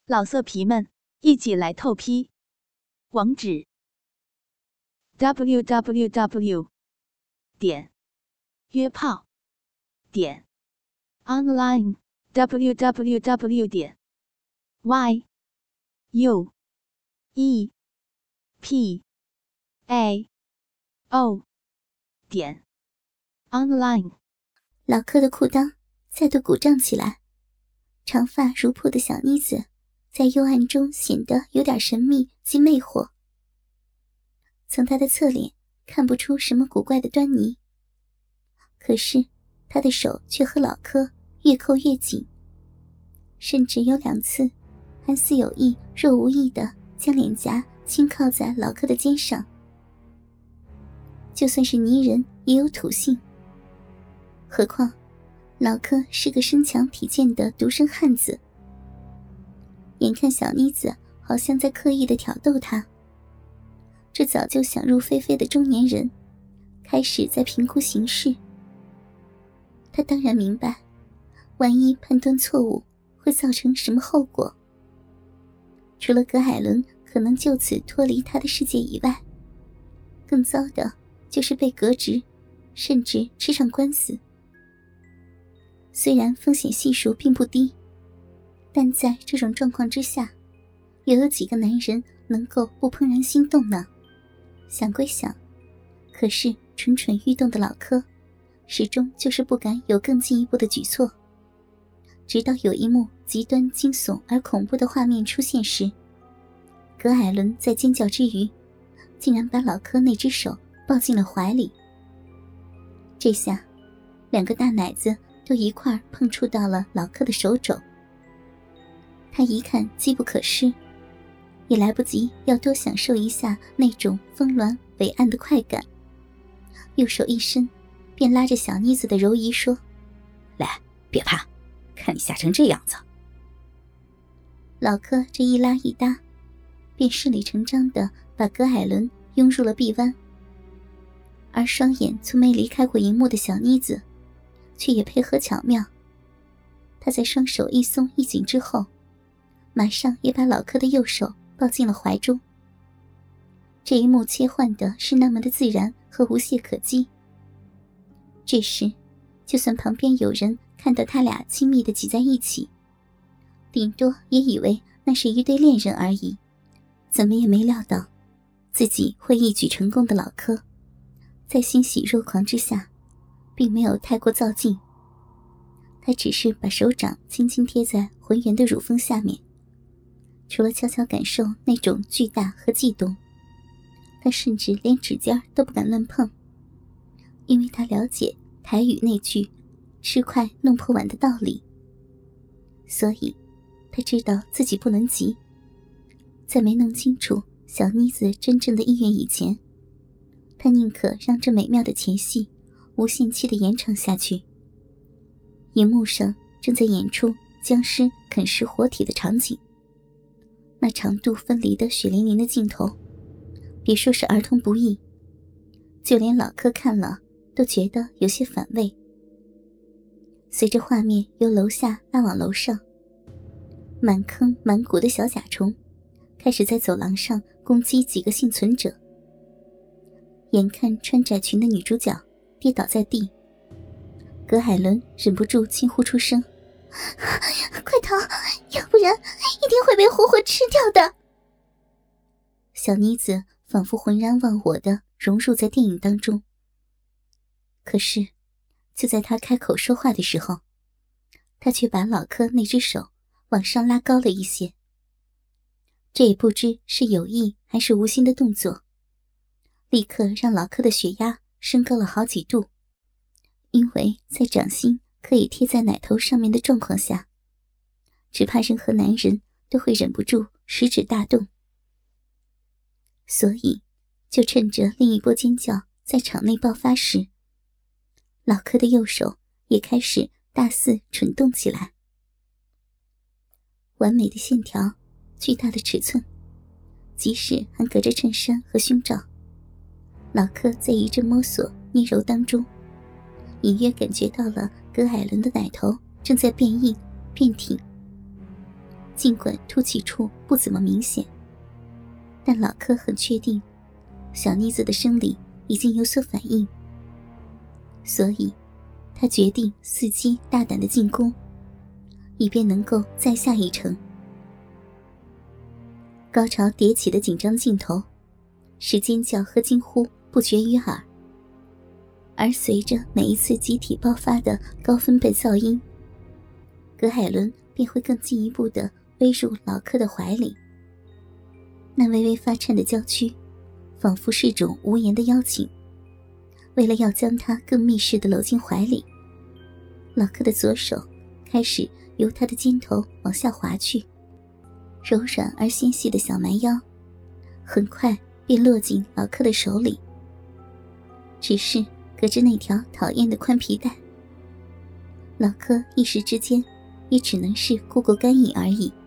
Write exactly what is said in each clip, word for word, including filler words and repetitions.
老色皮们，一起来透批！网址 ：double u double u double u 点约炮点 online double u double u double u 点 y u e p a o 点 online。 老柯的裤裆再度鼓胀起来，长发如瀑的小妮子在幽暗中显得有点神秘及魅惑。从她的侧脸看不出什么古怪的端倪，可是她的手却和老柯越扣越紧，甚至有两次还似有意若无意地将脸颊轻靠在老柯的肩上。就算是泥人也有土性，何况老柯是个身强体健的独生汉子。眼看小妮子好像在刻意地挑逗他，这早就想入非非的中年人开始在评估形势。他当然明白，万一判断错误会造成什么后果。除了葛海伦可能就此脱离他的世界以外，更糟的就是被革职，甚至吃上官司。虽然风险系数并不低，但在这种状况之下，又有几个男人能够不怦然心动呢？想归想，可是蠢蠢欲动的老柯始终就是不敢有更进一步的举措。直到有一幕极端惊悚而恐怖的画面出现时，葛海伦在尖叫之余竟然把老柯那只手抱进了怀里。这下两个大奶子都一块碰触到了老柯的手肘。他一看机不可失，也来不及要多享受一下那种峰峦伟岸的快感，右手一伸便拉着小妮子的柔仪说： 来，别怕，看你吓成这样子。 老柯这一拉一搭，便顺理成章地把葛海伦拥入了臂弯，而双眼从没离开过荧幕的小妮子却也配合巧妙。她在双手一松一紧之后，马上也把老柯的右手抱进了怀中。这一幕切换的是那么的自然和无懈可击。这时就算旁边有人看到他俩亲密地挤在一起，顶多也以为那是一对恋人而已，怎么也没料到自己会一举成功的老柯在欣喜若狂之下并没有太过躁进。他只是把手掌轻轻贴在浑圆的乳峰下面，除了悄悄感受那种巨大和悸动，他甚至连指尖都不敢乱碰，因为他了解台语那句吃快弄破碗的道理。所以他知道自己不能急，在没弄清楚小妮子真正的意愿以前，他宁可让这美妙的前戏无限期地延长下去。荧幕上正在演出僵尸啃食活体的场景，那长度分离的血淋淋的镜头，别说是儿童不宜，就连老柯看了都觉得有些反胃。随着画面由楼下拉往楼上，满坑满谷的小甲虫开始在走廊上攻击几个幸存者。眼看穿窄裙的女主角跌倒在地，葛海伦忍不住惊呼出声：快逃，要不然一定会被活活吃掉的。小妮子仿佛浑然忘我地融入在电影当中。可是就在她开口说话的时候，她却把老柯那只手往上拉高了一些。这也不知是有意还是无心的动作，立刻让老柯的血压升高了好几度。因为在掌心可以贴在奶头上面的状况下，只怕任何男人都会忍不住食指大动。所以就趁着另一波尖叫在场内爆发时，老柯的右手也开始大肆蠢动起来。完美的线条，巨大的尺寸，即使还隔着衬衫和胸罩，老柯在一阵摸索捏揉当中，隐约感觉到了葛海伦的奶头正在变硬变挺。 尽管凸起处不怎么明显，但老柯很确定小妮子的生理已经有所反应，所以他决定伺机大胆的进攻，以便能够再下一城。高潮迭起的紧张镜头使尖叫和惊呼不绝于耳，而随着每一次集体爆发的高分贝噪音，葛海伦便会更进一步地偎入老柯的怀里。那微微发颤的娇躯仿佛是种无言的邀请，为了要将他更密实地搂进怀里，老柯的左手开始由他的肩头往下滑去，柔软而纤细的小蛮腰很快便落进老柯的手里，只是隔着那条讨厌的宽皮带，老柯一时之间也只能是过过干瘾而已。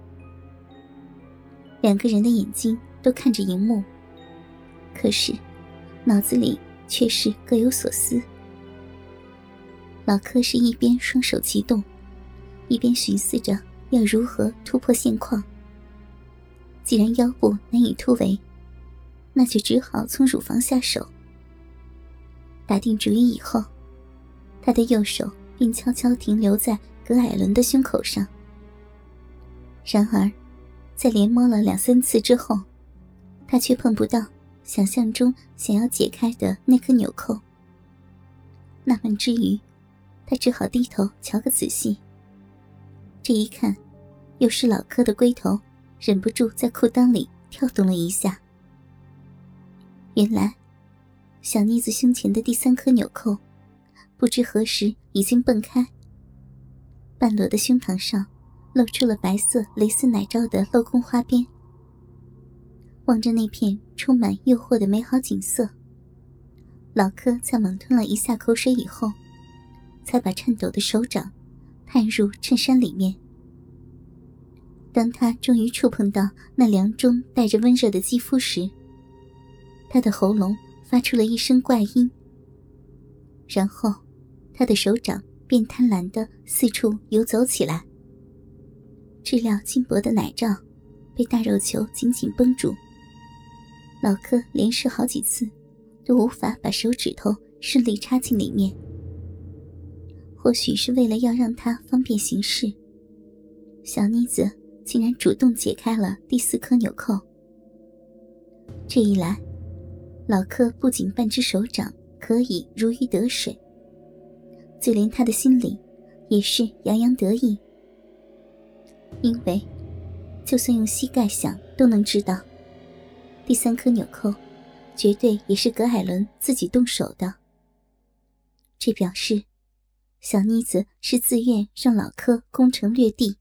两个人的眼睛都看着荧幕，可是脑子里却是各有所思。老柯是一边双手齐动，一边寻思着要如何突破现况。既然腰部难以突围，那就只好从乳房下手。打定主意以后，他的右手便悄悄停留在葛艾伦的胸口上。然而在连摸了两三次之后，他却碰不到想象中想要解开的那颗纽扣。纳闷之余，他只好低头瞧个仔细。这一看，又是老柯的龟头忍不住在裤裆里跳动了一下。原来小妮子胸前的第三颗纽扣不知何时已经蹦开，半裸的胸膛上露出了白色蕾丝奶罩的镂空花边。望着那片充满诱惑的美好景色，老柯在猛吞了一下口水以后，才把颤抖的手掌探入衬衫里面。当他终于触碰到那凉中带着温热的肌肤时，他的喉咙发出了一声怪音，然后他的手掌便贪婪地四处游走起来。质料轻薄的奶罩被大肉球紧紧绷住，老柯连试好几次都无法把手指头顺利插进里面。或许是为了要让他方便行事，小妮子竟然主动解开了第四颗纽扣。这一来，老柯不仅半只手掌可以如鱼得水，就连他的心里也是洋洋得意。因为就算用膝盖想都能知道，第三颗纽扣绝对也是葛海伦自己动手的。这表示小妮子是自愿让老柯攻城略地。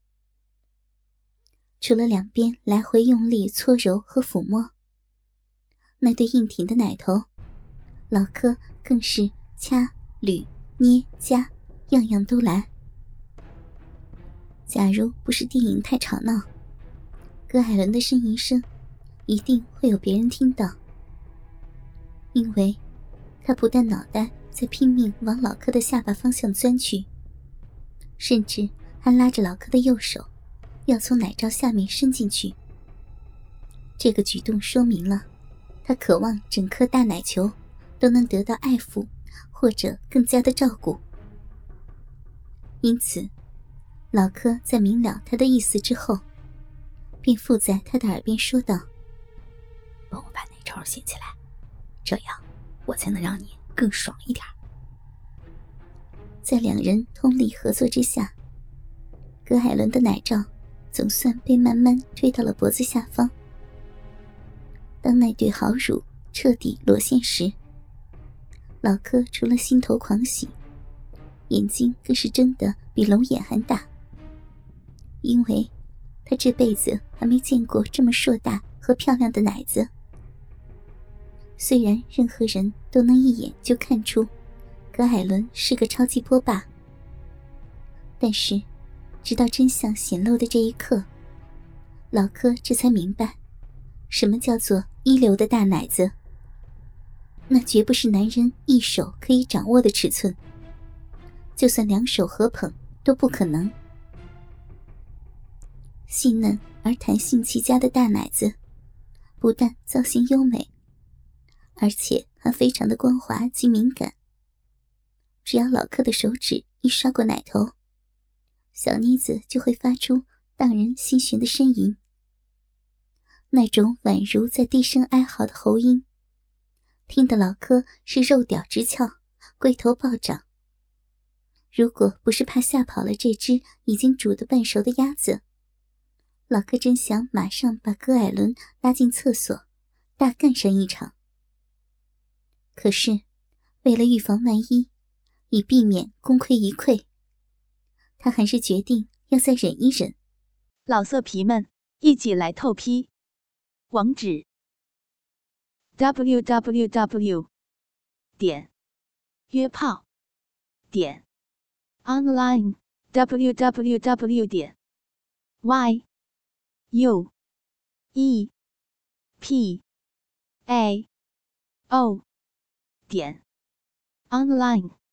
除了两边来回用力搓揉和抚摸，那对硬挺的奶头，老柯更是掐、捋、捏、夹，样样都来。假如不是电影太吵闹，葛海伦的呻吟声一定会有别人听到，因为他不但脑袋在拼命往老柯的下巴方向钻去，甚至还拉着老柯的右手要从奶罩下面伸进去。这个举动说明了他渴望整颗大奶球都能得到爱抚或者更加的照顾。因此老柯在明了他的意思之后，便附在他的耳边说道： 帮我把奶罩掀起来，这样我才能让你更爽一点。 在两人通力合作之下，葛海伦的奶罩总算被慢慢推到了脖子下方。当那对好乳彻底裸现时，老柯除了心头狂喜，眼睛更是睁得比龙眼还大，因为他这辈子还没见过这么硕大和漂亮的奶子。虽然任何人都能一眼就看出葛海伦是个超级波霸，但是直到真相显露的这一刻，老柯这才明白什么叫做一流的大奶子。那绝不是男人一手可以掌握的尺寸，就算两手合捧都不可能。 细嫩而弹性极佳的大奶子，不但造型优美，而且还非常的光滑及敏感。只要老柯的手指一刷过奶头，小妮子就会发出荡人心弦的呻吟，那种宛如在低声哀嚎的喉音，听得老柯是肉屌直翘，龟头暴涨。如果不是怕吓跑了这只已经煮得半熟的鸭子，老柯真想马上把戈艾伦拉进厕所，大干上一场。可是为了预防万一，以避免功亏一篑，他还是决定要再忍一忍。 老色皮们，一起来透批！网址 ：double u double u double u 点约炮点 online w w w 点 y u e p a o 点 online。